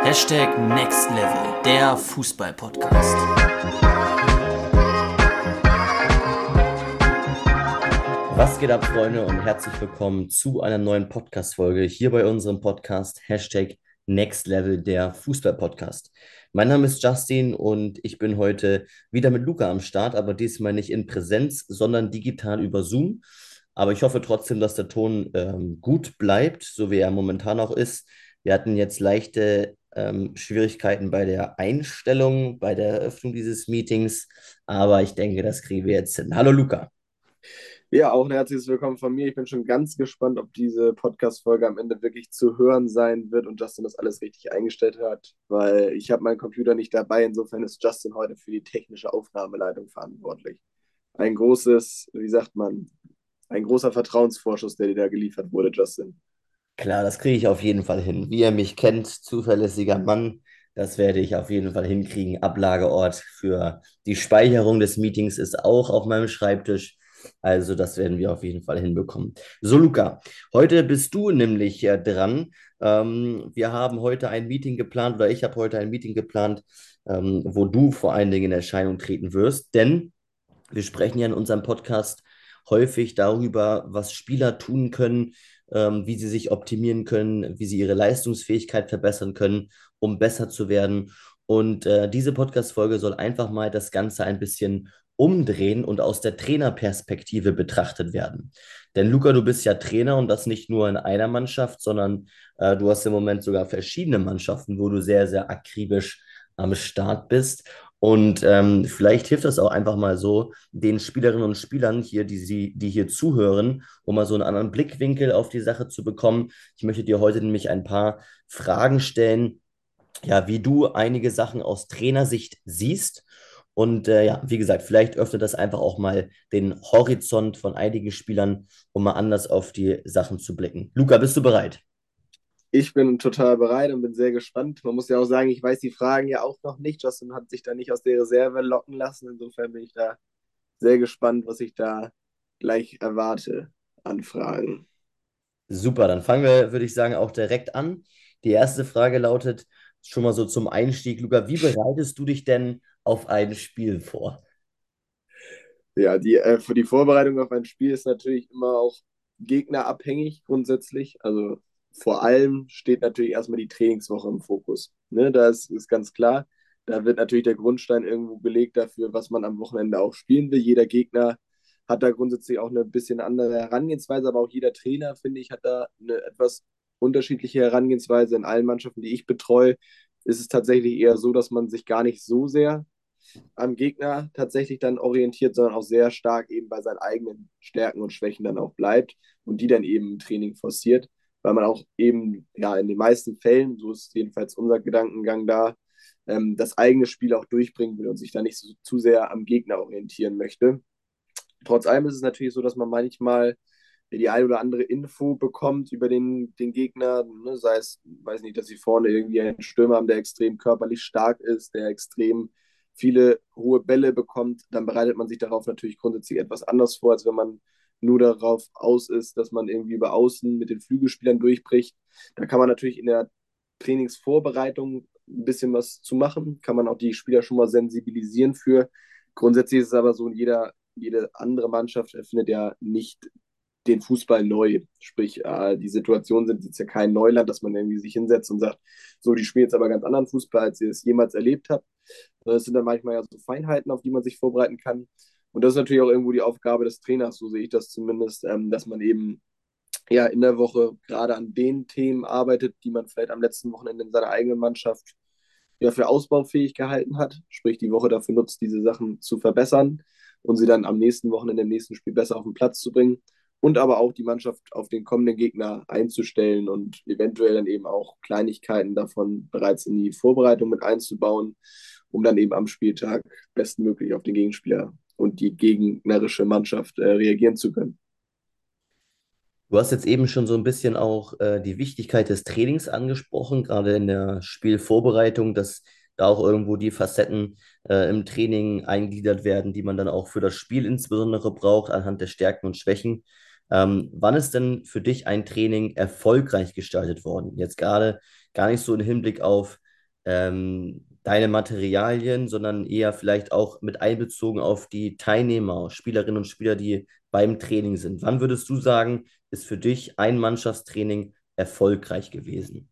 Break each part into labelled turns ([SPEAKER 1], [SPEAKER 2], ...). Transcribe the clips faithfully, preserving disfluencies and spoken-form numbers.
[SPEAKER 1] Hashtag Next Level, der Fußball-Podcast.
[SPEAKER 2] Was geht ab, Freunde, und herzlich willkommen zu einer neuen Podcast-Folge hier bei unserem Podcast Hashtag Next Level, der Fußball-Podcast. Mein Name ist Justin und ich bin heute wieder mit Luca am Start, aber diesmal nicht in Präsenz, sondern digital über Zoom. Aber ich hoffe trotzdem, dass der Ton ähm, gut bleibt, so wie er momentan auch ist. Wir hatten jetzt leichte ähm, Schwierigkeiten bei der Einstellung, bei der Eröffnung dieses Meetings, aber ich denke, das kriegen wir jetzt hin. Hallo Luca.
[SPEAKER 3] Ja, auch ein herzliches Willkommen von mir. Ich bin schon ganz gespannt, ob diese Podcast-Folge am Ende wirklich zu hören sein wird und Justin das alles richtig eingestellt hat, weil ich habe meinen Computer nicht dabei. Insofern ist Justin heute für die technische Aufnahmeleitung verantwortlich. Ein großes, wie sagt man, ein großer Vertrauensvorschuss, der dir da geliefert wurde, Justin.
[SPEAKER 2] Klar, das kriege ich auf jeden Fall hin. Wie ihr mich kennt, zuverlässiger Mann, das werde ich auf jeden Fall hinkriegen. Ablageort für die Speicherung des Meetings ist auch auf meinem Schreibtisch. Also das werden wir auf jeden Fall hinbekommen. So, Luca, heute bist du nämlich äh, dran. Ähm, wir haben heute ein Meeting geplant oder ich habe heute ein Meeting geplant, ähm, wo du vor allen Dingen in Erscheinung treten wirst. Denn wir sprechen ja in unserem Podcast häufig darüber, was Spieler tun können, ähm, wie sie sich optimieren können, wie sie ihre Leistungsfähigkeit verbessern können, um besser zu werden. Und äh, diese Podcast-Folge soll einfach mal das Ganze ein bisschen umdrehen und aus der Trainerperspektive betrachtet werden. Denn Luca, du bist ja Trainer und das nicht nur in einer Mannschaft, sondern äh, du hast im Moment sogar verschiedene Mannschaften, wo du sehr, sehr akribisch am Start bist. Und ähm, vielleicht hilft das auch einfach mal so, den Spielerinnen und Spielern hier, die, sie, die hier zuhören, um mal so einen anderen Blickwinkel auf die Sache zu bekommen. Ich möchte dir heute nämlich ein paar Fragen stellen, ja, wie du einige Sachen aus Trainersicht siehst. Und äh, ja, wie gesagt, vielleicht öffnet das einfach auch mal den Horizont von einigen Spielern, um mal anders auf die Sachen zu blicken. Luca, bist du bereit?
[SPEAKER 3] Ich bin total bereit und bin sehr gespannt. Man muss ja auch sagen, ich weiß die Fragen ja auch noch nicht. Justin hat sich da nicht aus der Reserve locken lassen. Insofern bin ich da sehr gespannt, was ich da gleich erwarte an Fragen.
[SPEAKER 2] Super, dann fangen wir, würde ich sagen, auch direkt an. Die erste Frage lautet schon mal so zum Einstieg, Luca, wie bereitest du dich denn auf ein Spiel vor?
[SPEAKER 3] Ja, die, äh, für die Vorbereitung auf ein Spiel ist natürlich immer auch gegnerabhängig grundsätzlich. Also vor allem steht natürlich erstmal die Trainingswoche im Fokus. Ne, das ist ganz klar. Da wird natürlich der Grundstein irgendwo gelegt dafür, was man am Wochenende auch spielen will. Jeder Gegner hat da grundsätzlich auch eine bisschen andere Herangehensweise, aber auch jeder Trainer, finde ich, hat da eine etwas unterschiedliche Herangehensweise. In allen Mannschaften, die ich betreue, ist es tatsächlich eher so, dass man sich gar nicht so sehr am Gegner tatsächlich dann orientiert, sondern auch sehr stark eben bei seinen eigenen Stärken und Schwächen dann auch bleibt und die dann eben im Training forciert, weil man auch eben ja in den meisten Fällen, so ist jedenfalls unser Gedankengang da, ähm, das eigene Spiel auch durchbringen will und sich da nicht so, zu sehr am Gegner orientieren möchte. Trotz allem ist es natürlich so, dass man manchmal die eine oder andere Info bekommt über den, den Gegner, ne? Sei es, weiß nicht, dass sie vorne irgendwie einen Stürmer haben, der extrem körperlich stark ist, der extrem viele hohe Bälle bekommt, dann bereitet man sich darauf natürlich grundsätzlich etwas anders vor, als wenn man nur darauf aus ist, dass man irgendwie über Außen mit den Flügelspielern durchbricht. Da kann man natürlich in der Trainingsvorbereitung ein bisschen was zu machen, kann man auch die Spieler schon mal sensibilisieren für. Grundsätzlich ist es aber so, jeder, jede andere Mannschaft erfindet ja nicht den Fußball neu. Sprich, äh, die Situationen sind jetzt ja kein Neuland, dass man irgendwie sich hinsetzt und sagt, so, die spielen jetzt aber ganz anderen Fußball, als ihr es jemals erlebt habt. Das sind dann manchmal ja so Feinheiten, auf die man sich vorbereiten kann. Und das ist natürlich auch irgendwo die Aufgabe des Trainers, so sehe ich das zumindest, ähm, dass man eben ja in der Woche gerade an den Themen arbeitet, die man vielleicht am letzten Wochenende in seiner eigenen Mannschaft ja für ausbaufähig gehalten hat. Sprich, die Woche dafür nutzt, diese Sachen zu verbessern und sie dann am nächsten Wochenende, im nächsten Spiel besser auf den Platz zu bringen. Und aber auch die Mannschaft auf den kommenden Gegner einzustellen und eventuell dann eben auch Kleinigkeiten davon bereits in die Vorbereitung mit einzubauen, um dann eben am Spieltag bestmöglich auf den Gegenspieler und die gegnerische Mannschaft äh, reagieren zu können.
[SPEAKER 2] Du hast jetzt eben schon so ein bisschen auch äh, die Wichtigkeit des Trainings angesprochen, gerade in der Spielvorbereitung, dass da auch irgendwo die Facetten äh, im Training eingliedert werden, die man dann auch für das Spiel insbesondere braucht, anhand der Stärken und Schwächen. Ähm, wann ist denn für dich ein Training erfolgreich gestaltet worden? Jetzt gerade gar nicht so im Hinblick auf ähm, deine Materialien, sondern eher vielleicht auch mit einbezogen auf die Teilnehmer, Spielerinnen und Spieler, die beim Training sind. Wann würdest du sagen, ist für dich ein Mannschaftstraining erfolgreich gewesen?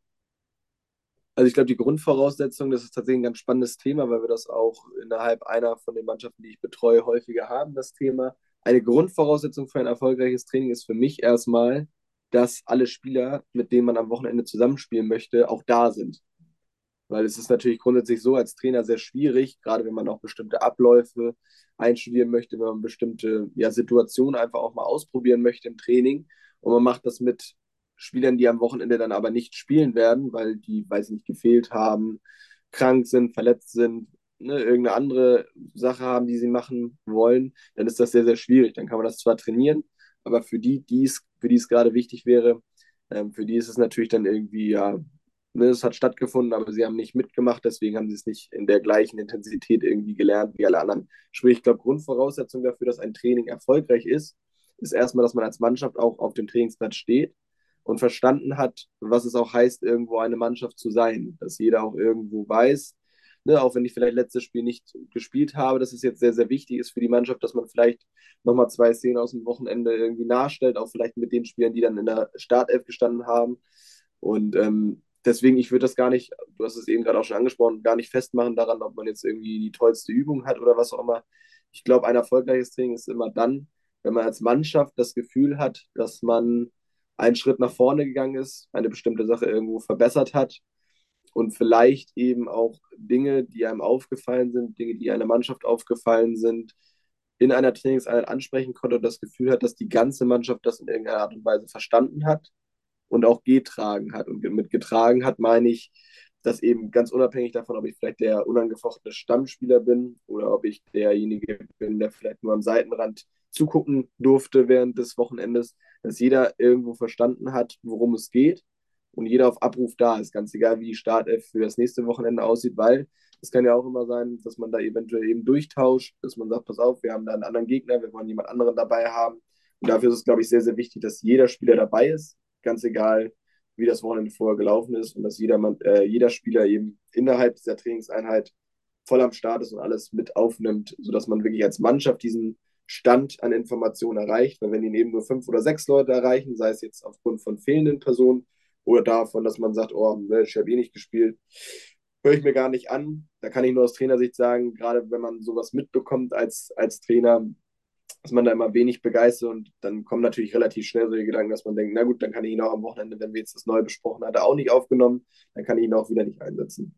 [SPEAKER 3] Also ich glaube, die Grundvoraussetzung, das ist tatsächlich ein ganz spannendes Thema, weil wir das auch innerhalb einer von den Mannschaften, die ich betreue, häufiger haben, das Thema. Eine Grundvoraussetzung für ein erfolgreiches Training ist für mich erstmal, dass alle Spieler, mit denen man am Wochenende zusammenspielen möchte, auch da sind. Weil es ist natürlich grundsätzlich so als Trainer sehr schwierig, gerade wenn man auch bestimmte Abläufe einstudieren möchte, wenn man bestimmte ja, Situationen einfach auch mal ausprobieren möchte im Training. Und man macht das mit Spielern, die am Wochenende dann aber nicht spielen werden, weil die, weiß ich nicht, gefehlt haben, krank sind, verletzt sind, ne, irgendeine andere Sache haben, die sie machen wollen, dann ist das sehr, sehr schwierig. Dann kann man das zwar trainieren, aber für die, die es, für die es gerade wichtig wäre, ähm, für die ist es natürlich dann irgendwie ja, ne, es hat stattgefunden, aber sie haben nicht mitgemacht, deswegen haben sie es nicht in der gleichen Intensität irgendwie gelernt wie alle anderen. Sprich, ich glaube, Grundvoraussetzung dafür, dass ein Training erfolgreich ist, ist erstmal, dass man als Mannschaft auch auf dem Trainingsplatz steht und verstanden hat, was es auch heißt, irgendwo eine Mannschaft zu sein. Dass jeder auch irgendwo weiß, ne, auch wenn ich vielleicht letztes Spiel nicht gespielt habe, dass es jetzt sehr, sehr wichtig ist für die Mannschaft, dass man vielleicht nochmal zwei Szenen aus dem Wochenende irgendwie nachstellt, auch vielleicht mit den Spielern, die dann in der Startelf gestanden haben. Und ähm, deswegen, ich würde das gar nicht, du hast es eben gerade auch schon angesprochen, gar nicht festmachen daran, ob man jetzt irgendwie die tollste Übung hat oder was auch immer. Ich glaube, ein erfolgreiches Training ist immer dann, wenn man als Mannschaft das Gefühl hat, dass man einen Schritt nach vorne gegangen ist, eine bestimmte Sache irgendwo verbessert hat und vielleicht eben auch Dinge, die einem aufgefallen sind, Dinge, die einer Mannschaft aufgefallen sind, in einer Trainingseinheit ansprechen konnte und das Gefühl hat, dass die ganze Mannschaft das in irgendeiner Art und Weise verstanden hat und auch getragen hat. Und mit getragen hat meine ich, dass eben ganz unabhängig davon, ob ich vielleicht der unangefochtene Stammspieler bin oder ob ich derjenige bin, der vielleicht nur am Seitenrand zugucken durfte während des Wochenendes, dass jeder irgendwo verstanden hat, worum es geht und jeder auf Abruf da ist, ganz egal, wie die Startelf für das nächste Wochenende aussieht, weil es kann ja auch immer sein, dass man da eventuell eben durchtauscht, dass man sagt, pass auf, wir haben da einen anderen Gegner, wir wollen jemand anderen dabei haben. Und dafür ist es, glaube ich, sehr, sehr wichtig, dass jeder Spieler dabei ist, ganz egal, wie das Wochenende vorher gelaufen ist und dass jeder, äh, jeder Spieler eben innerhalb dieser Trainingseinheit voll am Start ist und alles mit aufnimmt, sodass man wirklich als Mannschaft diesen Stand an Informationen erreicht, weil wenn ihn eben nur fünf oder sechs Leute erreichen, sei es jetzt aufgrund von fehlenden Personen oder davon, dass man sagt, oh, ich habe eh nicht gespielt, höre ich mir gar nicht an. Da kann ich nur aus Trainersicht sagen, gerade wenn man sowas mitbekommt als, als Trainer, ist man da immer wenig begeistert und dann kommen natürlich relativ schnell so die Gedanken, dass man denkt, na gut, dann kann ich ihn auch am Wochenende, wenn wir jetzt das neu besprochen hatten, auch nicht aufgenommen, dann kann ich ihn auch wieder nicht einsetzen.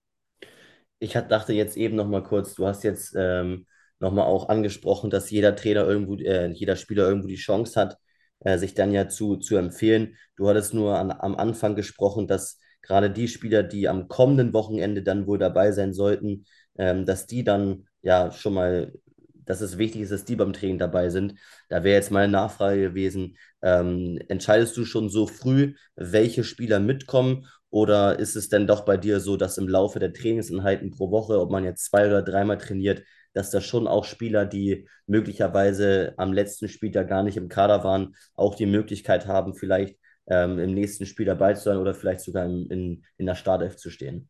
[SPEAKER 2] Ich hat, dachte jetzt eben noch mal kurz, du hast jetzt ähm, noch mal auch angesprochen, dass jeder Trainer irgendwo, äh, jeder Spieler irgendwo die Chance hat, äh, sich dann ja zu, zu empfehlen. Du hattest nur an, am Anfang gesprochen, dass gerade die Spieler, die am kommenden Wochenende dann wohl dabei sein sollten, ähm, dass die dann ja schon mal, dass es wichtig ist, dass die beim Training dabei sind. Da wäre jetzt meine Nachfrage gewesen, ähm, entscheidest du schon so früh, welche Spieler mitkommen? Oder ist es denn doch bei dir so, dass im Laufe der Trainingseinheiten pro Woche, ob man jetzt zwei oder dreimal trainiert, dass da schon auch Spieler, die möglicherweise am letzten Spieltag gar nicht im Kader waren, auch die Möglichkeit haben, vielleicht ähm, im nächsten Spiel dabei zu sein oder vielleicht sogar in, in, in der Startelf zu stehen?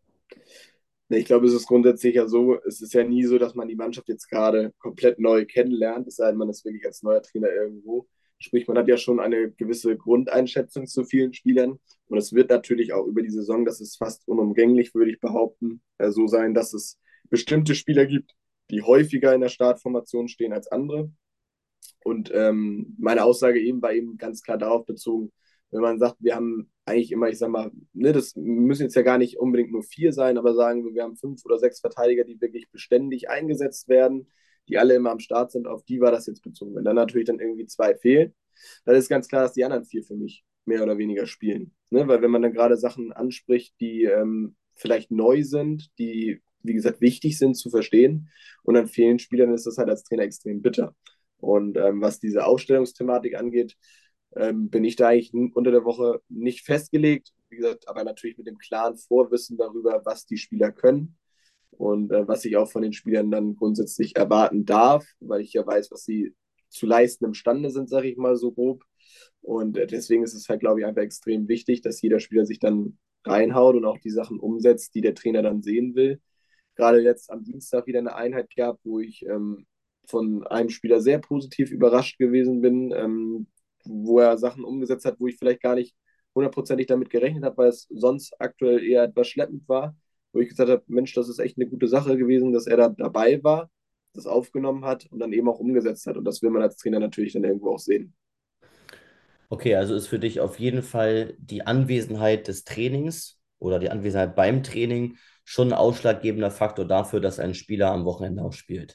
[SPEAKER 3] Ich glaube, es ist grundsätzlich ja so, es ist ja nie so, dass man die Mannschaft jetzt gerade komplett neu kennenlernt, es sei denn, man ist wirklich als neuer Trainer irgendwo. Sprich, man hat ja schon eine gewisse Grundeinschätzung zu vielen Spielern. Und es wird natürlich auch über die Saison, das ist fast unumgänglich, würde ich behaupten, äh, so sein, dass es bestimmte Spieler gibt, die häufiger in der Startformation stehen als andere. Und ähm, meine Aussage eben war eben ganz klar darauf bezogen, wenn man sagt, wir haben eigentlich immer, ich sag mal, ne, das müssen jetzt ja gar nicht unbedingt nur vier sein, aber sagen wir, wir haben fünf oder sechs Verteidiger, die wirklich beständig eingesetzt werden, die alle immer am Start sind, auf die war das jetzt bezogen. Wenn dann natürlich dann irgendwie zwei fehlen, dann ist ganz klar, dass die anderen vier für mich mehr oder weniger spielen. Ne? Weil wenn man dann gerade Sachen anspricht, die ähm, vielleicht neu sind, die, wie gesagt, wichtig sind zu verstehen und dann fehlen Spieler, dann ist das halt als Trainer extrem bitter. Und ähm, was diese Ausstellungsthematik angeht, ähm, bin ich da eigentlich unter der Woche nicht festgelegt. Wie gesagt, aber natürlich mit dem klaren Vorwissen darüber, was die Spieler können und äh, was ich auch von den Spielern dann grundsätzlich erwarten darf, weil ich ja weiß, was sie zu leisten imstande sind, sage ich mal so grob. Und äh, deswegen ist es halt, glaube ich, einfach extrem wichtig, dass jeder Spieler sich dann reinhaut und auch die Sachen umsetzt, die der Trainer dann sehen will. Gerade jetzt am Dienstag wieder eine Einheit gehabt, wo ich ähm, von einem Spieler sehr positiv überrascht gewesen bin, ähm, wo er Sachen umgesetzt hat, wo ich vielleicht gar nicht hundertprozentig damit gerechnet habe, weil es sonst aktuell eher etwas schleppend war, wo ich gesagt habe, Mensch, das ist echt eine gute Sache gewesen, dass er da dabei war, das aufgenommen hat und dann eben auch umgesetzt hat. Und das will man als Trainer natürlich dann irgendwo auch sehen.
[SPEAKER 2] Okay, also ist für dich auf jeden Fall die Anwesenheit des Trainings oder die Anwesenheit beim Training schon ein ausschlaggebender Faktor dafür, dass ein Spieler am Wochenende auch spielt.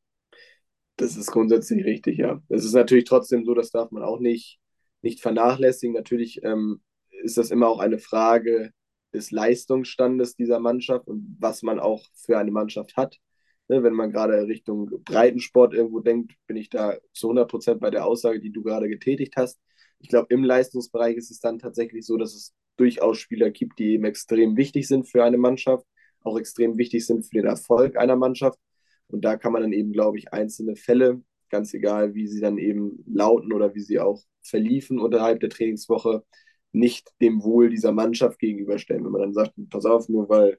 [SPEAKER 3] Das ist grundsätzlich richtig, ja. Es ist natürlich trotzdem so, das darf man auch nicht, nicht vernachlässigen. Natürlich ähm, ist das immer auch eine Frage des Leistungsstandes dieser Mannschaft und was man auch für eine Mannschaft hat. Ne, wenn man gerade Richtung Breitensport irgendwo denkt, bin ich da zu hundert Prozent bei der Aussage, die du gerade getätigt hast. Ich glaube, im Leistungsbereich ist es dann tatsächlich so, dass es durchaus Spieler gibt, die eben extrem wichtig sind für eine Mannschaft, auch extrem wichtig sind für den Erfolg einer Mannschaft. Und da kann man dann eben, glaube ich, einzelne Fälle, ganz egal, wie sie dann eben lauten oder wie sie auch verliefen unterhalb der Trainingswoche, nicht dem Wohl dieser Mannschaft gegenüberstellen. Wenn man dann sagt, pass auf, nur weil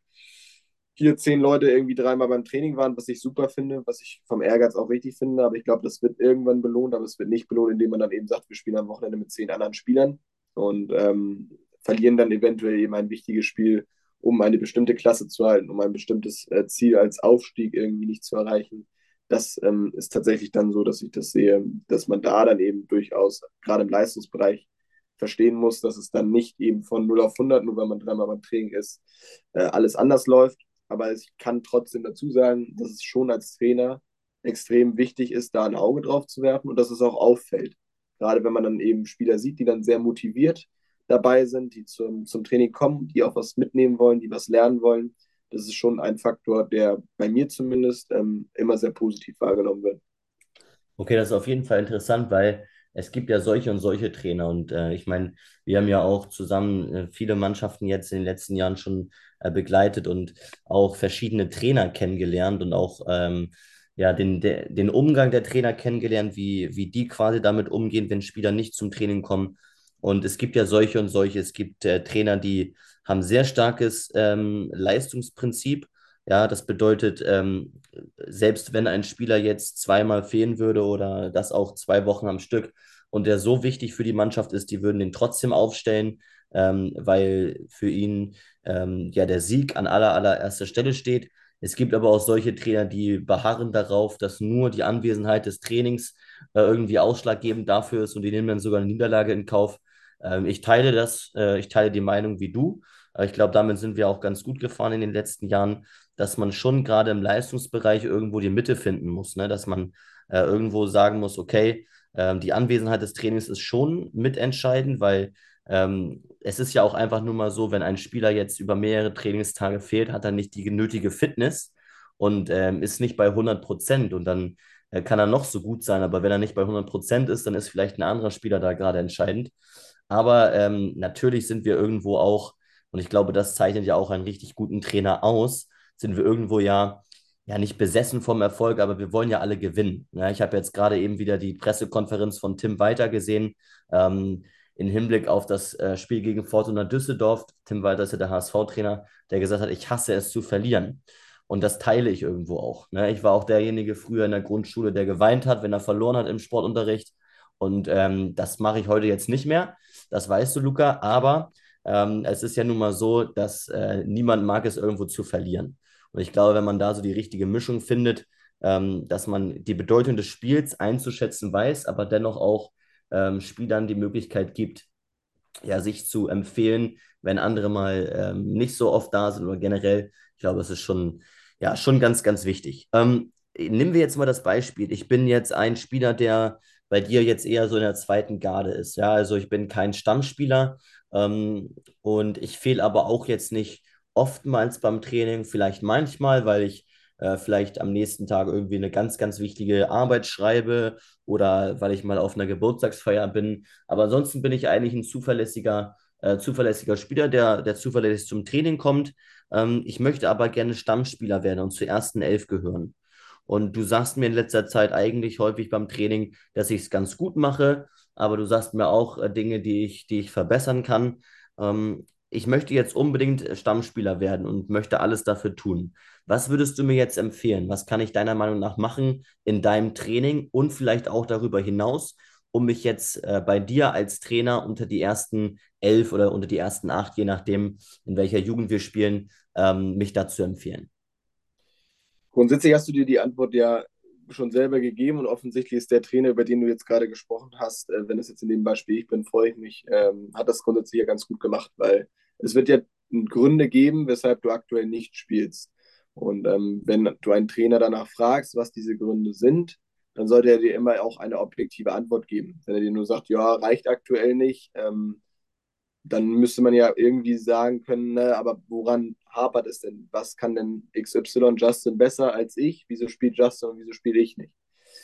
[SPEAKER 3] hier zehn Leute irgendwie dreimal beim Training waren, was ich super finde, was ich vom Ehrgeiz auch richtig finde, aber ich glaube, das wird irgendwann belohnt, aber es wird nicht belohnt, indem man dann eben sagt, wir spielen am Wochenende mit zehn anderen Spielern und ähm, verlieren dann eventuell eben ein wichtiges Spiel, um eine bestimmte Klasse zu halten, um ein bestimmtes äh, Ziel als Aufstieg irgendwie nicht zu erreichen. Das ähm, ist tatsächlich dann so, dass ich das sehe, dass man da dann eben durchaus, gerade im Leistungsbereich, verstehen muss, dass es dann nicht eben von null auf hundert, nur weil man dreimal beim Training ist, äh, alles anders läuft. Aber ich kann trotzdem dazu sagen, dass es schon als Trainer extrem wichtig ist, da ein Auge drauf zu werfen und dass es auch auffällt. Gerade wenn man dann eben Spieler sieht, die dann sehr motiviert dabei sind, die zum, zum Training kommen, die auch was mitnehmen wollen, die was lernen wollen. Das ist schon ein Faktor, der bei mir zumindest ähm, immer sehr positiv wahrgenommen wird.
[SPEAKER 2] Okay, das ist auf jeden Fall interessant, weil es gibt ja solche und solche Trainer. Und äh, ich meine, wir haben ja auch zusammen äh, viele Mannschaften jetzt in den letzten Jahren schon äh, begleitet und auch verschiedene Trainer kennengelernt und auch ähm, ja, den, der, den Umgang der Trainer kennengelernt, wie, wie die quasi damit umgehen, wenn Spieler nicht zum Training kommen. Und es gibt ja solche und solche. Es gibt äh, Trainer, die haben sehr starkes ähm, Leistungsprinzip. Ja, das bedeutet, ähm, selbst wenn ein Spieler jetzt zweimal fehlen würde oder das auch zwei Wochen am Stück und der so wichtig für die Mannschaft ist, die würden den trotzdem aufstellen, ähm, weil für ihn ähm, ja der Sieg an aller, allererster Stelle steht. Es gibt aber auch solche Trainer, die beharren darauf, dass nur die Anwesenheit des Trainings äh, irgendwie ausschlaggebend dafür ist und die nehmen dann sogar eine Niederlage in Kauf. Ähm, ich teile das, äh, ich teile die Meinung wie du. Äh, Ich glaube, damit sind wir auch ganz gut gefahren in den letzten Jahren, dass man schon gerade im Leistungsbereich irgendwo die Mitte finden muss, ne? Dass man äh, irgendwo sagen muss, okay, ähm, die Anwesenheit des Trainings ist schon mitentscheidend, weil ähm, es ist ja auch einfach nur mal so, wenn ein Spieler jetzt über mehrere Trainingstage fehlt, hat er nicht die nötige Fitness und ähm, ist nicht bei hundert Prozent und dann äh, kann er noch so gut sein, aber wenn er nicht bei hundert Prozent ist, dann ist vielleicht ein anderer Spieler da gerade entscheidend. Aber ähm, natürlich sind wir irgendwo auch, und ich glaube, das zeichnet ja auch einen richtig guten Trainer aus, sind wir irgendwo ja, ja nicht besessen vom Erfolg, aber wir wollen ja alle gewinnen. Ja, ich habe jetzt gerade eben wieder die Pressekonferenz von Tim Walter gesehen, ähm, im Hinblick auf das äh, Spiel gegen Fortuna Düsseldorf. Tim Walter ist ja der H S V-Trainer, der gesagt hat, ich hasse es zu verlieren. Und das teile ich irgendwo auch. Ne? Ich war auch derjenige früher in der Grundschule, der geweint hat, wenn er verloren hat im Sportunterricht. Und ähm, das mache ich heute jetzt nicht mehr. Das weißt du, Luca. Aber ähm, es ist ja nun mal so, dass äh, niemand mag es irgendwo zu verlieren. Und ich glaube, wenn man da so die richtige Mischung findet, ähm, dass man die Bedeutung des Spiels einzuschätzen weiß, aber dennoch auch ähm, Spielern die Möglichkeit gibt, ja, sich zu empfehlen, wenn andere mal ähm, nicht so oft da sind oder generell, ich glaube, es ist schon, ja, schon ganz, ganz wichtig. Ähm, nehmen wir jetzt mal das Beispiel. Ich bin jetzt ein Spieler, der bei dir jetzt eher so in der zweiten Garde ist. Ja, also ich bin kein Stammspieler ähm, und ich fehle aber auch jetzt nicht oftmals beim Training, vielleicht manchmal, weil ich äh, vielleicht am nächsten Tag irgendwie eine ganz, ganz wichtige Arbeit schreibe oder weil ich mal auf einer Geburtstagsfeier bin. Aber ansonsten bin ich eigentlich ein zuverlässiger, äh, zuverlässiger Spieler, der, der zuverlässig zum Training kommt. Ähm, ich möchte aber gerne Stammspieler werden und zur ersten Elf gehören. Und du sagst mir in letzter Zeit eigentlich häufig beim Training, dass ich es ganz gut mache. aber du sagst mir auch äh, Dinge, die ich, die ich verbessern kann. Ähm, ich möchte jetzt unbedingt Stammspieler werden und möchte alles dafür tun. Was würdest du mir jetzt empfehlen? Was kann ich deiner Meinung nach machen in deinem Training und vielleicht auch darüber hinaus, um mich jetzt äh, bei dir als Trainer unter die ersten elf oder unter die ersten acht, je nachdem, in welcher Jugend wir spielen, ähm, mich dazu empfehlen?
[SPEAKER 3] Grundsätzlich hast du dir die Antwort ja schon selber gegeben und offensichtlich ist der Trainer, über den du jetzt gerade gesprochen hast, äh, wenn es jetzt in dem Beispiel ich bin, freue ich mich, ähm, hat das grundsätzlich ja ganz gut gemacht, weil es wird ja Gründe geben, weshalb du aktuell nicht spielst. Und ähm, wenn du einen Trainer danach fragst, was diese Gründe sind, dann sollte er dir immer auch eine objektive Antwort geben. Wenn er dir nur sagt, ja, reicht aktuell nicht, ähm, dann müsste man ja irgendwie sagen können, ne, aber woran hapert es denn? Was kann denn X Y Justin besser als ich? Wieso spielt Justin und wieso spiele ich nicht?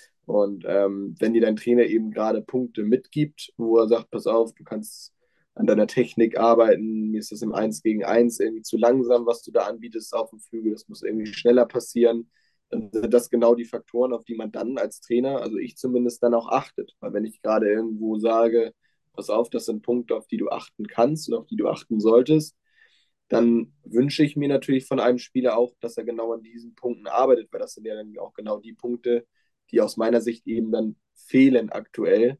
[SPEAKER 3] Und ähm, wenn dir dein Trainer eben gerade Punkte mitgibt, wo er sagt, pass auf, du kannst an deiner Technik arbeiten, mir ist das im Eins gegen Eins irgendwie zu langsam, was du da anbietest auf dem Flügel, das muss irgendwie schneller passieren, dann sind das genau die Faktoren, auf die man dann als Trainer, also ich zumindest, dann auch achtet. Weil wenn ich gerade irgendwo sage, pass auf, das sind Punkte, auf die du achten kannst und auf die du achten solltest, dann wünsche ich mir natürlich von einem Spieler auch, dass er genau an diesen Punkten arbeitet, weil das sind ja dann auch genau die Punkte, die aus meiner Sicht eben dann fehlen aktuell,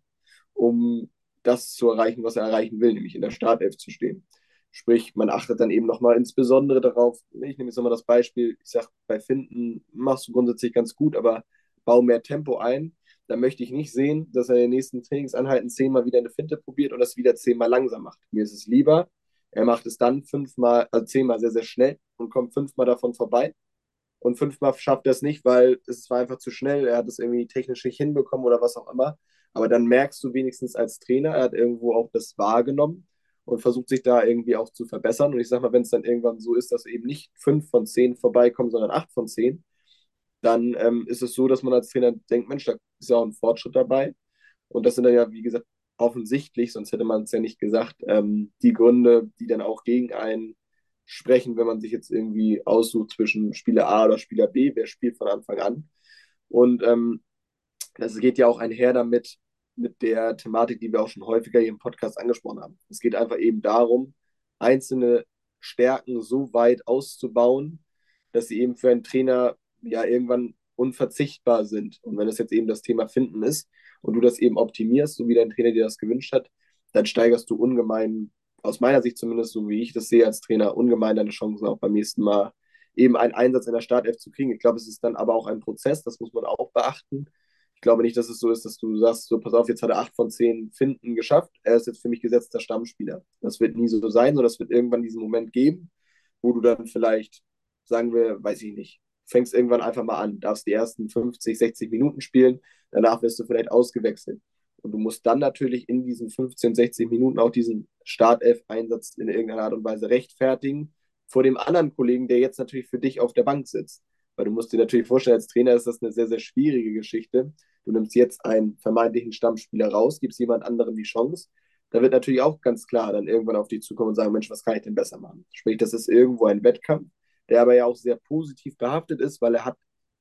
[SPEAKER 3] um das zu erreichen, was er erreichen will, nämlich in der Startelf zu stehen. Sprich, man achtet dann eben nochmal insbesondere darauf, ich nehme jetzt nochmal das Beispiel, ich sage, bei Finden machst du grundsätzlich ganz gut, aber bau mehr Tempo ein. Da möchte ich nicht sehen, dass er in den nächsten Trainingseinheiten zehnmal wieder eine Finte probiert und das wieder zehnmal langsam macht. Mir ist es lieber, er macht es dann fünfmal, also zehnmal sehr, sehr schnell und kommt fünfmal davon vorbei. Und fünfmal schafft er es nicht, weil es war einfach zu schnell. Er hat es irgendwie technisch nicht hinbekommen oder was auch immer. Aber dann merkst du wenigstens als Trainer, er hat irgendwo auch das wahrgenommen und versucht sich da irgendwie auch zu verbessern. Und ich sag mal, wenn es dann irgendwann so ist, dass eben nicht fünf von zehn vorbeikommen, sondern acht von zehn, dann ähm, ist es so, dass man als Trainer denkt, Mensch, da ist ja auch ein Fortschritt dabei. Und das sind dann ja, wie gesagt, offensichtlich, sonst hätte man es ja nicht gesagt, ähm, die Gründe, die dann auch gegen einen sprechen, wenn man sich jetzt irgendwie aussucht zwischen Spieler A oder Spieler B, wer spielt von Anfang an. Und ähm, das geht ja auch einher damit, mit der Thematik, die wir auch schon häufiger hier im Podcast angesprochen haben. Es geht einfach eben darum, einzelne Stärken so weit auszubauen, dass sie eben für einen Trainer ja irgendwann unverzichtbar sind. Und wenn es jetzt eben das Thema Finden ist und du das eben optimierst, so wie dein Trainer dir das gewünscht hat, dann steigerst du ungemein, aus meiner Sicht zumindest, so wie ich das sehe als Trainer, ungemein deine Chancen auch beim nächsten Mal eben einen Einsatz in der Startelf zu kriegen. Ich glaube, es ist dann aber auch ein Prozess, das muss man auch beachten. Ich glaube nicht, dass es so ist, dass du sagst, so pass auf, jetzt hat er acht von zehn Finden geschafft, er ist jetzt für mich gesetzter Stammspieler. Das wird nie so sein, sondern es wird irgendwann diesen Moment geben, wo du dann vielleicht, sagen wir, weiß ich nicht, fängst irgendwann einfach mal an, darfst die ersten fünfzig, sechzig Minuten spielen, danach wirst du vielleicht ausgewechselt. Und du musst dann natürlich in diesen fünfzehn, sechzig Minuten auch diesen Startelf-Einsatz in irgendeiner Art und Weise rechtfertigen vor dem anderen Kollegen, der jetzt natürlich für dich auf der Bank sitzt. Weil du musst dir natürlich vorstellen, als Trainer ist das eine sehr, sehr schwierige Geschichte. Du nimmst jetzt einen vermeintlichen Stammspieler raus, gibst jemand anderem die Chance. Da wird natürlich auch ganz klar dann irgendwann auf dich zukommen und sagen, Mensch, was kann ich denn besser machen? Sprich, das ist irgendwo ein Wettkampf, der aber ja auch sehr positiv behaftet ist, weil er hat,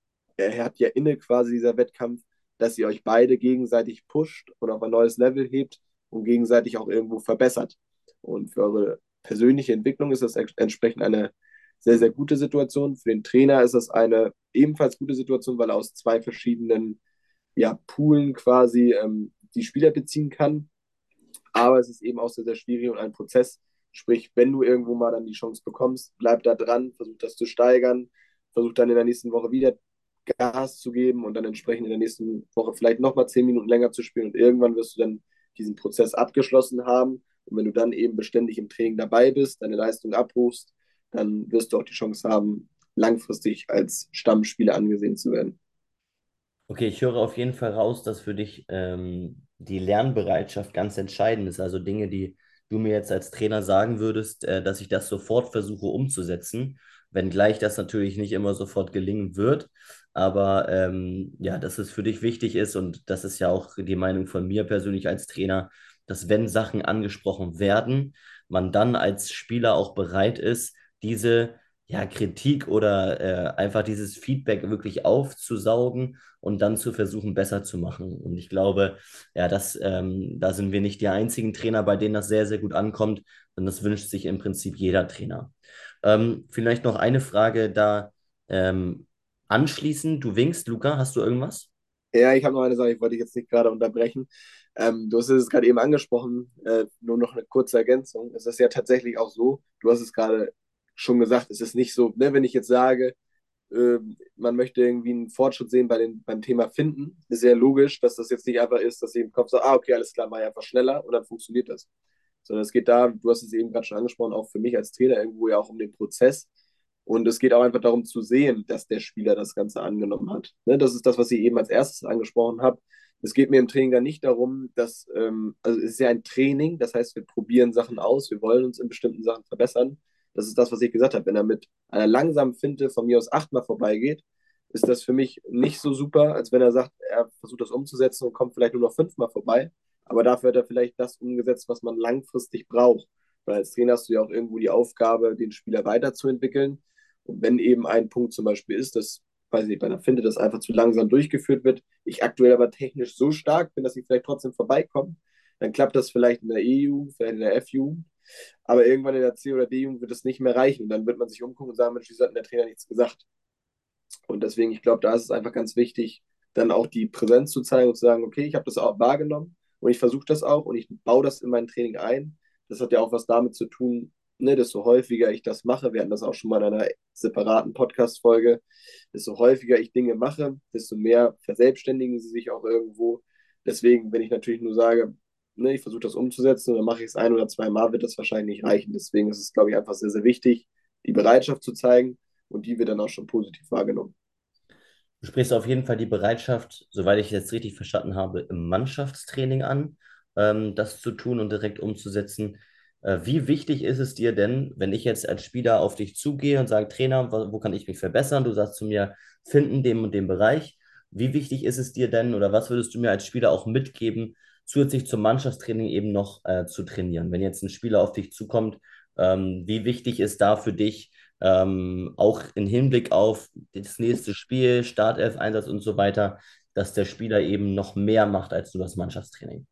[SPEAKER 3] er hat ja inne quasi dieser Wettkampf, dass ihr euch beide gegenseitig pusht und auf ein neues Level hebt und gegenseitig auch irgendwo verbessert. Und für eure persönliche Entwicklung ist das entsprechend eine sehr, sehr gute Situation. Für den Trainer ist das eine ebenfalls gute Situation, weil er aus zwei verschiedenen ja, Poolen quasi ähm, die Spieler beziehen kann. Aber es ist eben auch sehr, sehr schwierig und ein Prozess. Sprich, wenn du irgendwo mal dann die Chance bekommst, bleib da dran, versuch das zu steigern, versuch dann in der nächsten Woche wieder Gas zu geben und dann entsprechend in der nächsten Woche vielleicht nochmal zehn Minuten länger zu spielen und irgendwann wirst du dann diesen Prozess abgeschlossen haben. Und wenn du dann eben beständig im Training dabei bist, deine Leistung abrufst, dann wirst du auch die Chance haben, langfristig als Stammspieler angesehen zu werden.
[SPEAKER 2] Okay, ich höre auf jeden Fall raus, dass für dich ähm, die Lernbereitschaft ganz entscheidend ist. Also Dinge, die du mir jetzt als Trainer sagen würdest, äh, dass ich das sofort versuche umzusetzen, wenngleich das natürlich nicht immer sofort gelingen wird. Aber ähm, ja, dass es für dich wichtig ist und das ist ja auch die Meinung von mir persönlich als Trainer, dass wenn Sachen angesprochen werden, man dann als Spieler auch bereit ist, diese ja, Kritik oder äh, einfach dieses Feedback wirklich aufzusaugen und dann zu versuchen, besser zu machen. Und ich glaube, ja, das, ähm, da sind wir nicht die einzigen Trainer, bei denen das sehr, sehr gut ankommt, und das wünscht sich im Prinzip jeder Trainer. Ähm, vielleicht noch eine Frage da ähm, anschließend. Du winkst, Luca, hast du irgendwas?
[SPEAKER 3] Ja, ich habe noch eine Sache, ich wollte dich jetzt nicht gerade unterbrechen. Ähm, du hast es gerade eben angesprochen, äh, nur noch eine kurze Ergänzung. Es ist ja tatsächlich auch so, du hast es gerade schon gesagt, es ist nicht so, ne, wenn ich jetzt sage, äh, man möchte irgendwie einen Fortschritt sehen bei den, beim Thema Finden, ist ja logisch, dass das jetzt nicht einfach ist, dass ich im Kopf sage, ah, okay, alles klar, mach ich einfach schneller und dann funktioniert das. Sondern es geht da, du hast es eben gerade schon angesprochen, auch für mich als Trainer irgendwo ja auch um den Prozess. Und es geht auch einfach darum zu sehen, dass der Spieler das Ganze angenommen hat. Ne, das ist das, was ich eben als erstes angesprochen habe. Es geht mir im Training dann nicht darum, dass, ähm, also es ist ja ein Training, das heißt, wir probieren Sachen aus, wir wollen uns in bestimmten Sachen verbessern. Das ist das, was ich gesagt habe. Wenn er mit einer langsamen Finte von mir aus achtmal vorbeigeht, ist das für mich nicht so super, als wenn er sagt, er versucht das umzusetzen und kommt vielleicht nur noch fünfmal vorbei. Aber dafür hat er vielleicht das umgesetzt, was man langfristig braucht. Weil als Trainer hast du ja auch irgendwo die Aufgabe, den Spieler weiterzuentwickeln. Und wenn eben ein Punkt zum Beispiel ist, dass, weiß ich nicht, bei einer Finte das einfach zu langsam durchgeführt wird, ich aktuell aber technisch so stark bin, dass ich vielleicht trotzdem vorbeikomme, dann klappt das vielleicht in der E-Jugend, vielleicht in der F-Jugend. Aber irgendwann in der C- oder D-Jugend wird es nicht mehr reichen. Und dann wird man sich umgucken und sagen, Mensch, wieso hat denn der Trainer nichts gesagt? Und deswegen, ich glaube, da ist es einfach ganz wichtig, dann auch die Präsenz zu zeigen und zu sagen, okay, ich habe das auch wahrgenommen und ich versuche das auch und ich baue das in mein Training ein. Das hat ja auch was damit zu tun, ne, desto häufiger ich das mache, wir hatten das auch schon mal in einer separaten Podcast-Folge, desto häufiger ich Dinge mache, desto mehr verselbstständigen sie sich auch irgendwo. Deswegen, wenn ich natürlich nur sage, ne, ich versuche das umzusetzen und dann mache ich es ein oder zwei Mal, wird das wahrscheinlich nicht reichen. Deswegen ist es, glaube ich, einfach sehr, sehr wichtig, die Bereitschaft zu zeigen und die wird dann auch schon positiv wahrgenommen.
[SPEAKER 2] Du sprichst auf jeden Fall die Bereitschaft, soweit ich jetzt richtig verstanden habe, im Mannschaftstraining an, ähm, das zu tun und direkt umzusetzen. Äh, wie wichtig ist es dir denn, wenn ich jetzt als Spieler auf dich zugehe und sage, Trainer, wo, wo kann ich mich verbessern? Du sagst zu mir, finden dem und dem Bereich. Wie wichtig ist es dir denn oder was würdest du mir als Spieler auch mitgeben, zusätzlich zum Mannschaftstraining eben noch äh, zu trainieren? Wenn jetzt ein Spieler auf dich zukommt, ähm, wie wichtig ist da für dich, ähm, auch im Hinblick auf das nächste Spiel, Startelf-Einsatz und so weiter, dass der Spieler eben noch mehr macht als nur das Mannschaftstraining.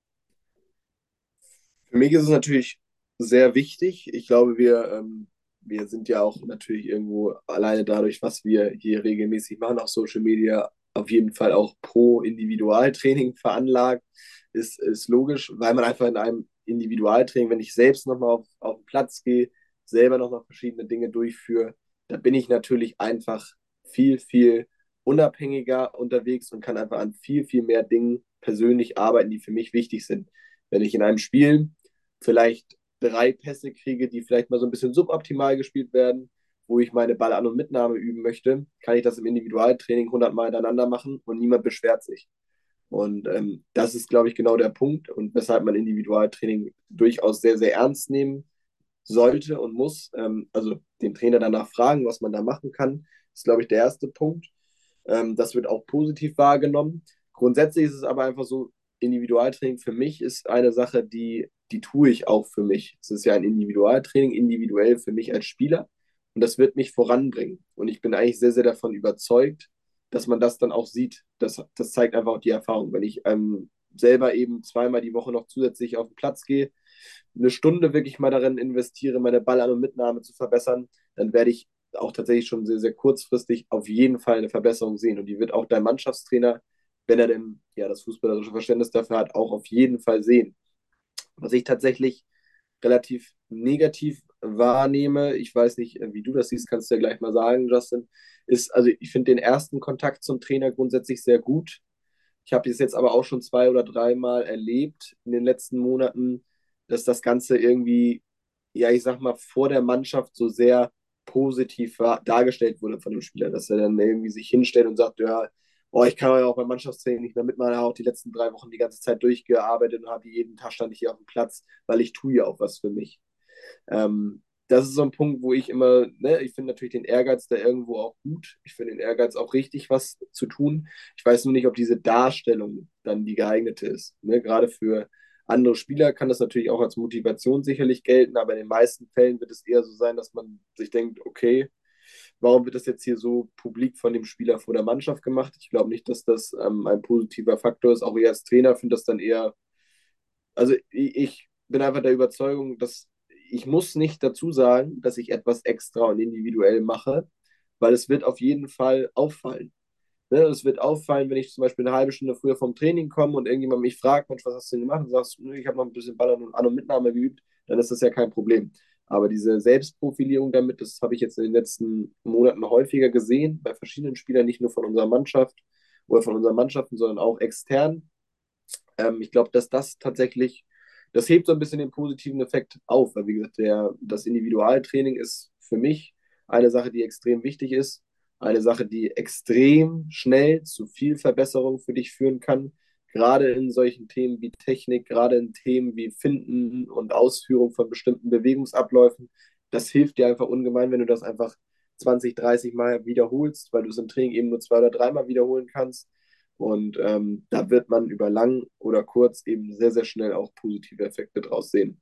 [SPEAKER 3] Für mich ist es natürlich sehr wichtig. Ich glaube, wir, ähm, wir sind ja auch natürlich irgendwo alleine dadurch, was wir hier regelmäßig machen auf Social Media, auf jeden Fall auch pro Individualtraining veranlagt. Ist, ist logisch, weil man einfach in einem Individualtraining, wenn ich selbst nochmal auf, auf den Platz gehe, selber nochmal verschiedene Dinge durchführe, da bin ich natürlich einfach viel, viel unabhängiger unterwegs und kann einfach an viel, viel mehr Dingen persönlich arbeiten, die für mich wichtig sind. Wenn ich in einem Spiel vielleicht drei Pässe kriege, die vielleicht mal so ein bisschen suboptimal gespielt werden, wo ich meine Ball-An- und Mitnahme üben möchte, kann ich das im Individualtraining hundert Mal hintereinander machen und niemand beschwert sich. Und ähm, das ist, glaube ich, genau der Punkt und weshalb man Individualtraining durchaus sehr, sehr ernst nehmen sollte und muss. Ähm, also den Trainer danach fragen, was man da machen kann, ist, glaube ich, der erste Punkt. Ähm, das wird auch positiv wahrgenommen. Grundsätzlich ist es aber einfach so, Individualtraining für mich ist eine Sache, die, die tue ich auch für mich. Es ist ja ein Individualtraining, individuell für mich als Spieler. Und das wird mich voranbringen. Und ich bin eigentlich sehr, sehr davon überzeugt, dass man das dann auch sieht. Das, das zeigt einfach auch die Erfahrung. Wenn ich ähm, selber eben zweimal die Woche noch zusätzlich auf den Platz gehe, eine Stunde wirklich mal darin investiere, meine Ball-An- und Mitnahme zu verbessern, dann werde ich auch tatsächlich schon sehr, sehr kurzfristig auf jeden Fall eine Verbesserung sehen. Und die wird auch dein Mannschaftstrainer, wenn er denn ja das fußballerische Verständnis dafür hat, auch auf jeden Fall sehen. Was ich tatsächlich relativ negativ wahrnehme, ich weiß nicht, wie du das siehst, kannst du ja gleich mal sagen, Justin, ist, also ich finde den ersten Kontakt zum Trainer grundsätzlich sehr gut. Ich habe es jetzt aber auch schon zwei oder dreimal erlebt in den letzten Monaten, dass das Ganze irgendwie, ja, ich sag mal, vor der Mannschaft so sehr positiv war, dargestellt wurde von dem Spieler, dass er dann irgendwie sich hinstellt und sagt, ja, oh, ich kann ja auch beim Mannschaftstraining nicht mehr mitmachen, habe auch die letzten drei Wochen die ganze Zeit durchgearbeitet und habe jeden Tag stand ich hier auf dem Platz, weil ich tue ja auch was für mich. Ähm, das ist so ein Punkt, wo ich immer, ne, ich finde natürlich den Ehrgeiz da irgendwo auch gut. Ich finde den Ehrgeiz auch richtig, was zu tun. Ich weiß nur nicht, ob diese Darstellung dann die geeignete ist. Ne? Gerade für andere Spieler kann das natürlich auch als Motivation sicherlich gelten, aber in den meisten Fällen wird es eher so sein, dass man sich denkt, okay, warum wird das jetzt hier so publik von dem Spieler vor der Mannschaft gemacht? Ich glaube nicht, dass das ähm, ein positiver Faktor ist. Auch ich als Trainer finde das dann eher, also ich, ich bin einfach der Überzeugung, dass ich muss nicht dazu sagen, dass ich etwas extra und individuell mache, weil es wird auf jeden Fall auffallen. Ne, es wird auffallen, wenn ich zum Beispiel eine halbe Stunde früher vom Training komme und irgendjemand mich fragt, Mensch, was hast du denn gemacht? Und du sagst, nö, ich habe noch ein bisschen Ball an und Mitnahme geübt, dann ist das ja kein Problem. Aber diese Selbstprofilierung damit, das habe ich jetzt in den letzten Monaten häufiger gesehen, bei verschiedenen Spielern, nicht nur von unserer Mannschaft oder von unseren Mannschaften, sondern auch extern. Ähm, ich glaube, dass das tatsächlich, das hebt so ein bisschen den positiven Effekt auf, weil wie gesagt, der, das Individualtraining ist für mich eine Sache, die extrem wichtig ist, eine Sache, die extrem schnell zu viel Verbesserung für dich führen kann, gerade in solchen Themen wie Technik, gerade in Themen wie Finden und Ausführung von bestimmten Bewegungsabläufen. Das hilft dir einfach ungemein, wenn du das einfach zwanzig, dreißig Mal wiederholst, weil du es im Training eben nur zwei oder dreimal wiederholen kannst. Und ähm, da wird man über lang oder kurz eben sehr, sehr schnell auch positive Effekte draus sehen.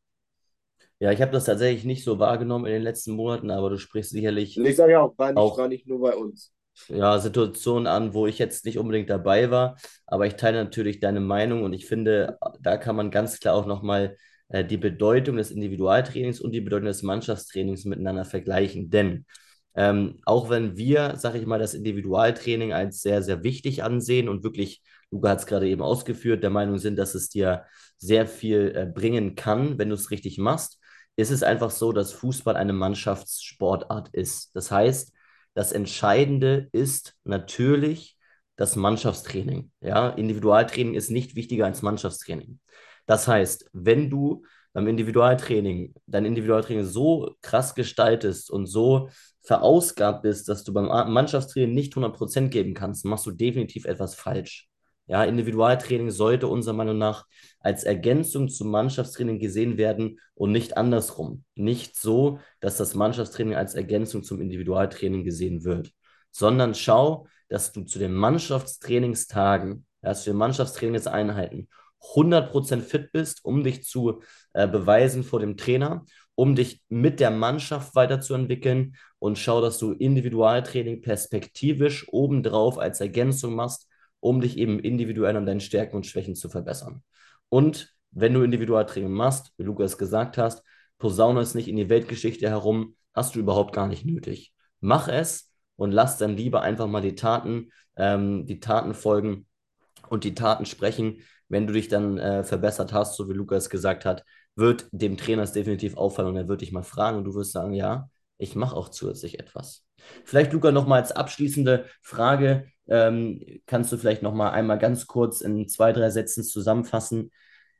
[SPEAKER 2] Ja, ich habe das tatsächlich nicht so wahrgenommen in den letzten Monaten, aber du sprichst sicherlich
[SPEAKER 3] Und ich sage ja auch, war nicht, war
[SPEAKER 2] auch
[SPEAKER 3] nicht nur bei uns.
[SPEAKER 2] ja, Situationen an, wo ich jetzt nicht unbedingt dabei war, aber ich teile natürlich deine Meinung und ich finde, da kann man ganz klar auch nochmal äh, die Bedeutung des Individualtrainings und die Bedeutung des Mannschaftstrainings miteinander vergleichen. Denn ähm, auch wenn wir, sag ich mal, das Individualtraining als sehr, sehr wichtig ansehen und wirklich, Luca hat es gerade eben ausgeführt, der Meinung sind, dass es dir sehr viel äh, bringen kann, wenn du es richtig machst, ist es einfach so, dass Fußball eine Mannschaftssportart ist. Das heißt, das Entscheidende ist natürlich das Mannschaftstraining. Ja, Individualtraining ist nicht wichtiger als Mannschaftstraining. Das heißt, wenn du beim Individualtraining dein Individualtraining so krass gestaltest und so verausgabt bist, dass du beim Mannschaftstraining nicht hundert Prozent geben kannst, machst du definitiv etwas falsch. Ja, Individualtraining sollte unserer Meinung nach als Ergänzung zum Mannschaftstraining gesehen werden und nicht andersrum. Nicht so, dass das Mannschaftstraining als Ergänzung zum Individualtraining gesehen wird, sondern schau, dass du zu den Mannschaftstrainingstagen, ja, zu den Mannschaftstrainingseinheiten hundert Prozent fit bist, um dich zu äh, beweisen vor dem Trainer, um dich mit der Mannschaft weiterzuentwickeln und schau, dass du Individualtraining perspektivisch obendrauf als Ergänzung machst, um dich eben individuell an deinen Stärken und Schwächen zu verbessern. Und wenn du Individualtraining machst, wie Lukas gesagt hast, posaune es nicht in die Weltgeschichte herum, hast du überhaupt gar nicht nötig. Mach es und lass dann lieber einfach mal die Taten, ähm, die Taten folgen und die Taten sprechen. Wenn du dich dann äh, verbessert hast, so wie Lukas gesagt hat, wird dem Trainer es definitiv auffallen und er wird dich mal fragen und du wirst sagen, ja, ich mache auch zusätzlich etwas. Vielleicht, Luca, noch mal als abschließende Frage, ähm, kannst du vielleicht noch mal einmal ganz kurz in zwei, drei Sätzen zusammenfassen,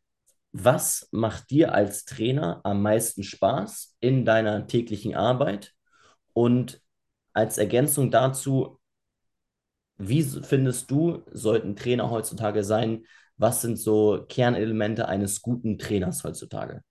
[SPEAKER 2] was macht dir als Trainer am meisten Spaß in deiner täglichen Arbeit? Und als Ergänzung dazu, wie findest du, sollten Trainer heutzutage sein? Was sind so Kernelemente eines guten Trainers heutzutage?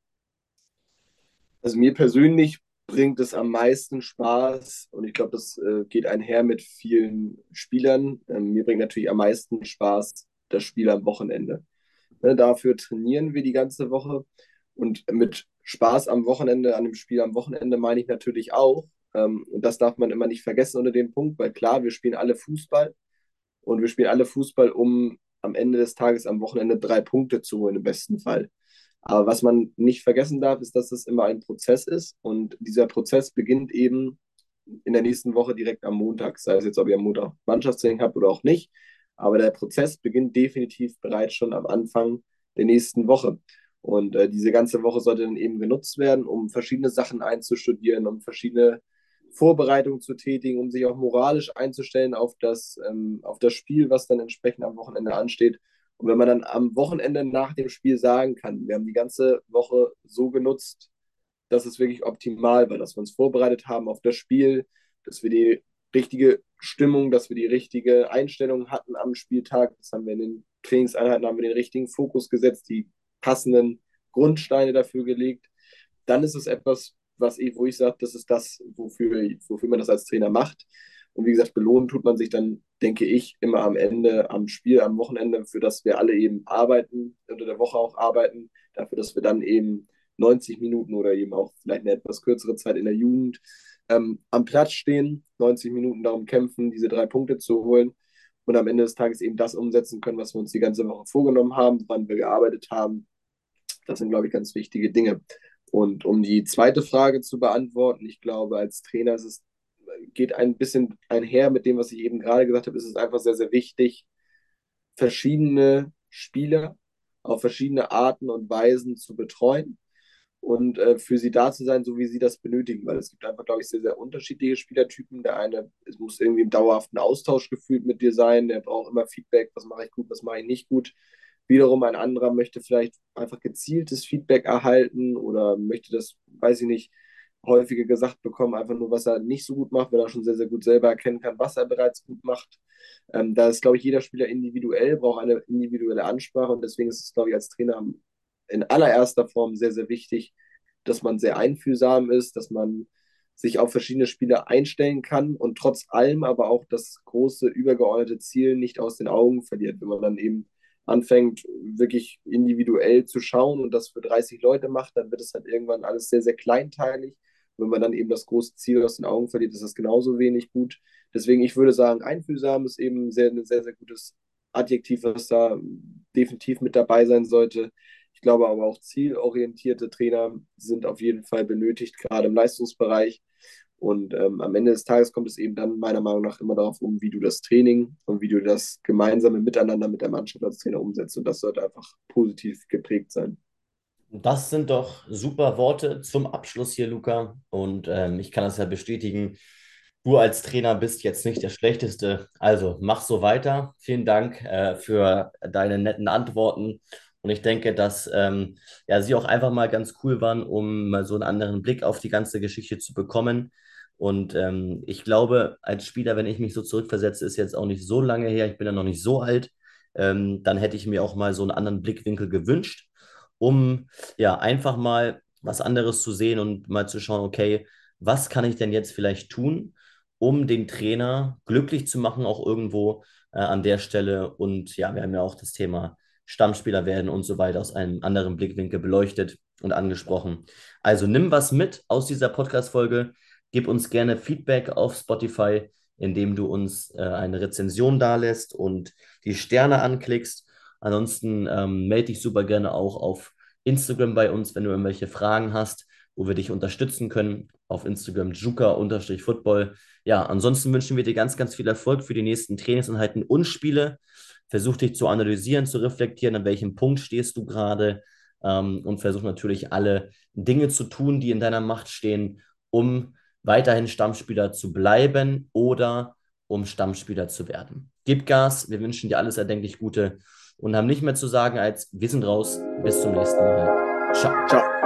[SPEAKER 3] Also mir persönlich bringt es am meisten Spaß und ich glaube, das äh, geht einher mit vielen Spielern. Ähm, mir bringt natürlich am meisten Spaß das Spiel am Wochenende. Ne, dafür trainieren wir die ganze Woche und mit Spaß am Wochenende, an dem Spiel am Wochenende meine ich natürlich auch, ähm, und das darf man immer nicht vergessen unter dem Punkt, weil klar, wir spielen alle Fußball und wir spielen alle Fußball, um am Ende des Tages am Wochenende drei Punkte zu holen im besten Fall. Aber was man nicht vergessen darf, ist, dass es immer ein Prozess ist und dieser Prozess beginnt eben in der nächsten Woche direkt am Montag, sei es jetzt, ob ihr am Montag Mannschaftstraining habt oder auch nicht. Aber der Prozess beginnt definitiv bereits schon am Anfang der nächsten Woche. Und äh, diese ganze Woche sollte dann eben genutzt werden, um verschiedene Sachen einzustudieren, um verschiedene Vorbereitungen zu tätigen, um sich auch moralisch einzustellen auf das, ähm, auf das Spiel, was dann entsprechend am Wochenende ansteht. Und wenn man dann am Wochenende nach dem Spiel sagen kann, wir haben die ganze Woche so genutzt, dass es wirklich optimal war, dass wir uns vorbereitet haben auf das Spiel, dass wir die richtige Stimmung, dass wir die richtige Einstellung hatten am Spieltag. Das haben wir in den Trainingseinheiten, haben wir den richtigen Fokus gesetzt, die passenden Grundsteine dafür gelegt. Dann ist es etwas, was ich, wo ich sage, das ist das, wofür, wofür man das als Trainer macht. Und wie gesagt, belohnen tut man sich dann, denke ich, immer am Ende, am Spiel, am Wochenende, für das wir alle eben arbeiten, unter der Woche auch arbeiten, Dafür, dass wir dann eben neunzig Minuten oder eben auch vielleicht eine etwas kürzere Zeit in der Jugend ähm, am Platz stehen, neunzig Minuten darum kämpfen, diese drei Punkte zu holen und am Ende des Tages eben das umsetzen können, was wir uns die ganze Woche vorgenommen haben, woran wir gearbeitet haben. Das sind, glaube ich, ganz wichtige Dinge. Und um die zweite Frage zu beantworten, ich glaube, als Trainer ist es, geht ein bisschen einher mit dem, was ich eben gerade gesagt habe, ist es einfach sehr, sehr wichtig, verschiedene Spieler auf verschiedene Arten und Weisen zu betreuen und äh, für sie da zu sein, so wie sie das benötigen, weil es gibt einfach, glaube ich, sehr, sehr unterschiedliche Spielertypen. Der eine, es muss irgendwie im dauerhaften Austausch gefühlt mit dir sein, der braucht immer Feedback, was mache ich gut, was mache ich nicht gut. Wiederum ein anderer möchte vielleicht einfach gezieltes Feedback erhalten oder möchte das, weiß ich nicht, häufiger gesagt bekommen, einfach nur, was er nicht so gut macht, wenn er schon sehr, sehr gut selber erkennen kann, was er bereits gut macht. Ähm, da ist, glaube ich, jeder Spieler individuell, braucht eine individuelle Ansprache und deswegen ist es, glaube ich, als Trainer in allererster Form sehr, sehr wichtig, dass man sehr einfühlsam ist, dass man sich auf verschiedene Spieler einstellen kann und trotz allem aber auch das große übergeordnete Ziel nicht aus den Augen verliert. Wenn man dann eben anfängt, wirklich individuell zu schauen und das für dreißig Leute macht, dann wird es halt irgendwann alles sehr, sehr kleinteilig. Wenn man dann eben das große Ziel aus den Augen verliert, ist das genauso wenig gut. Deswegen, ich würde sagen, einfühlsam ist eben sehr, ein sehr, sehr gutes Adjektiv, was da definitiv mit dabei sein sollte. Ich glaube aber auch zielorientierte Trainer sind auf jeden Fall benötigt, gerade im Leistungsbereich. Und ähm, am Ende des Tages kommt es eben dann meiner Meinung nach immer darauf um, wie du das Training und wie du das gemeinsame Miteinander mit der Mannschaft als Trainer umsetzt. Und das sollte einfach positiv geprägt sein.
[SPEAKER 2] Das sind doch super Worte zum Abschluss hier, Luca. Und ähm, ich kann das ja bestätigen. Du als Trainer bist jetzt nicht der Schlechteste. Also mach so weiter. Vielen Dank äh, für deine netten Antworten. Und ich denke, dass ähm, ja, sie auch einfach mal ganz cool waren, um mal so einen anderen Blick auf die ganze Geschichte zu bekommen. Und ähm, ich glaube, als Spieler, wenn ich mich so zurückversetze, ist jetzt auch nicht so lange her, ich bin ja noch nicht so alt, ähm, dann hätte ich mir auch mal so einen anderen Blickwinkel gewünscht, um ja einfach mal was anderes zu sehen und mal zu schauen, okay, was kann ich denn jetzt vielleicht tun, um den Trainer glücklich zu machen, auch irgendwo äh, an der Stelle. Und ja, wir haben ja auch das Thema Stammspieler werden und so weiter aus einem anderen Blickwinkel beleuchtet und angesprochen. Also nimm was mit aus dieser Podcast-Folge, gib uns gerne Feedback auf Spotify, indem du uns äh, eine Rezension dalässt und die Sterne anklickst. Ansonsten ähm, melde dich super gerne auch auf Instagram bei uns, wenn du irgendwelche Fragen hast, wo wir dich unterstützen können. Auf Instagram juka-football. Ja, ansonsten wünschen wir dir ganz, ganz viel Erfolg für die nächsten Trainingseinheiten und Spiele. Versuch dich zu analysieren, zu reflektieren, an welchem Punkt stehst du gerade ähm, und versuch natürlich alle Dinge zu tun, die in deiner Macht stehen, um weiterhin Stammspieler zu bleiben oder um Stammspieler zu werden. Gib Gas, wir wünschen dir alles erdenklich Gute und haben nicht mehr zu sagen als wir sind raus. Bis zum nächsten Mal. Ciao.
[SPEAKER 3] Ciao.